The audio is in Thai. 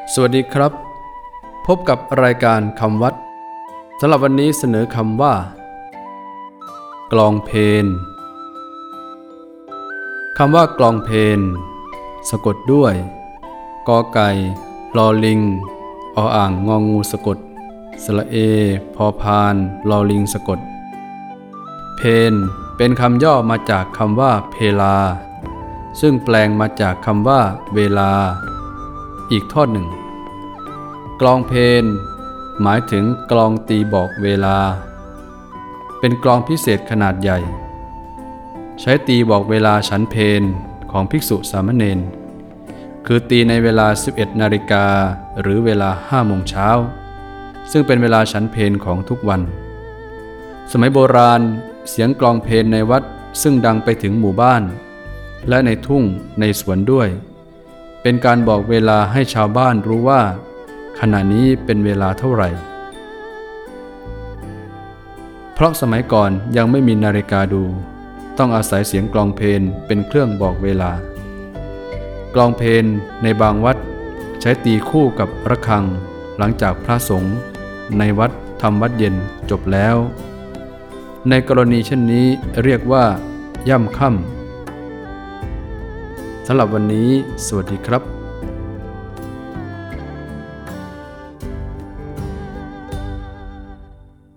สวัสดีครับพบกับรายการคำวัดสำหรับวันนี้เสนอคำว่ากลองเพลคำว่ากลองเพลสะกดด้วยกอไก่ลอลิงออ่างงองูสะกดสระเอพอพานลอลิงสะกดเพลเป็นคำย่อมาจากคำว่าเพลาซึ่งแปลงมาจากคำว่าเวลาอีกทอดหนึ่งกลองเพลหมายถึงกลองตีบอกเวลาเป็นกลองพิเศษขนาดใหญ่ใช้ตีบอกเวลาฉันเพลของภิกษุสามเณรคือตีในเวลา 11 นาฬิกาหรือเวลา 5 โมงเช้าซึ่งเป็นเวลาฉันเพลของทุกวันสมัยโบราณเสียงกลองเพลในวัดซึ่งดังไปถึงหมู่บ้านและในทุ่งในสวนด้วยเป็นการบอกเวลาให้ชาวบ้านรู้ว่าขณะนี้เป็นเวลาเท่าไหร่เพราะสมัยก่อนยังไม่มีนาฬิกาดูต้องอาศัยเสียงกลองเพลเป็นเครื่องบอกเวลากลองเพลในบางวัดใช้ตีคู่กับระฆังหลังจากพระสงฆ์ในวัดทำวัดเย็นจบแล้วในกรณีเช่นนี้เรียกว่าย่ำค่ำสำหรับวันนี้สวัสดีครับ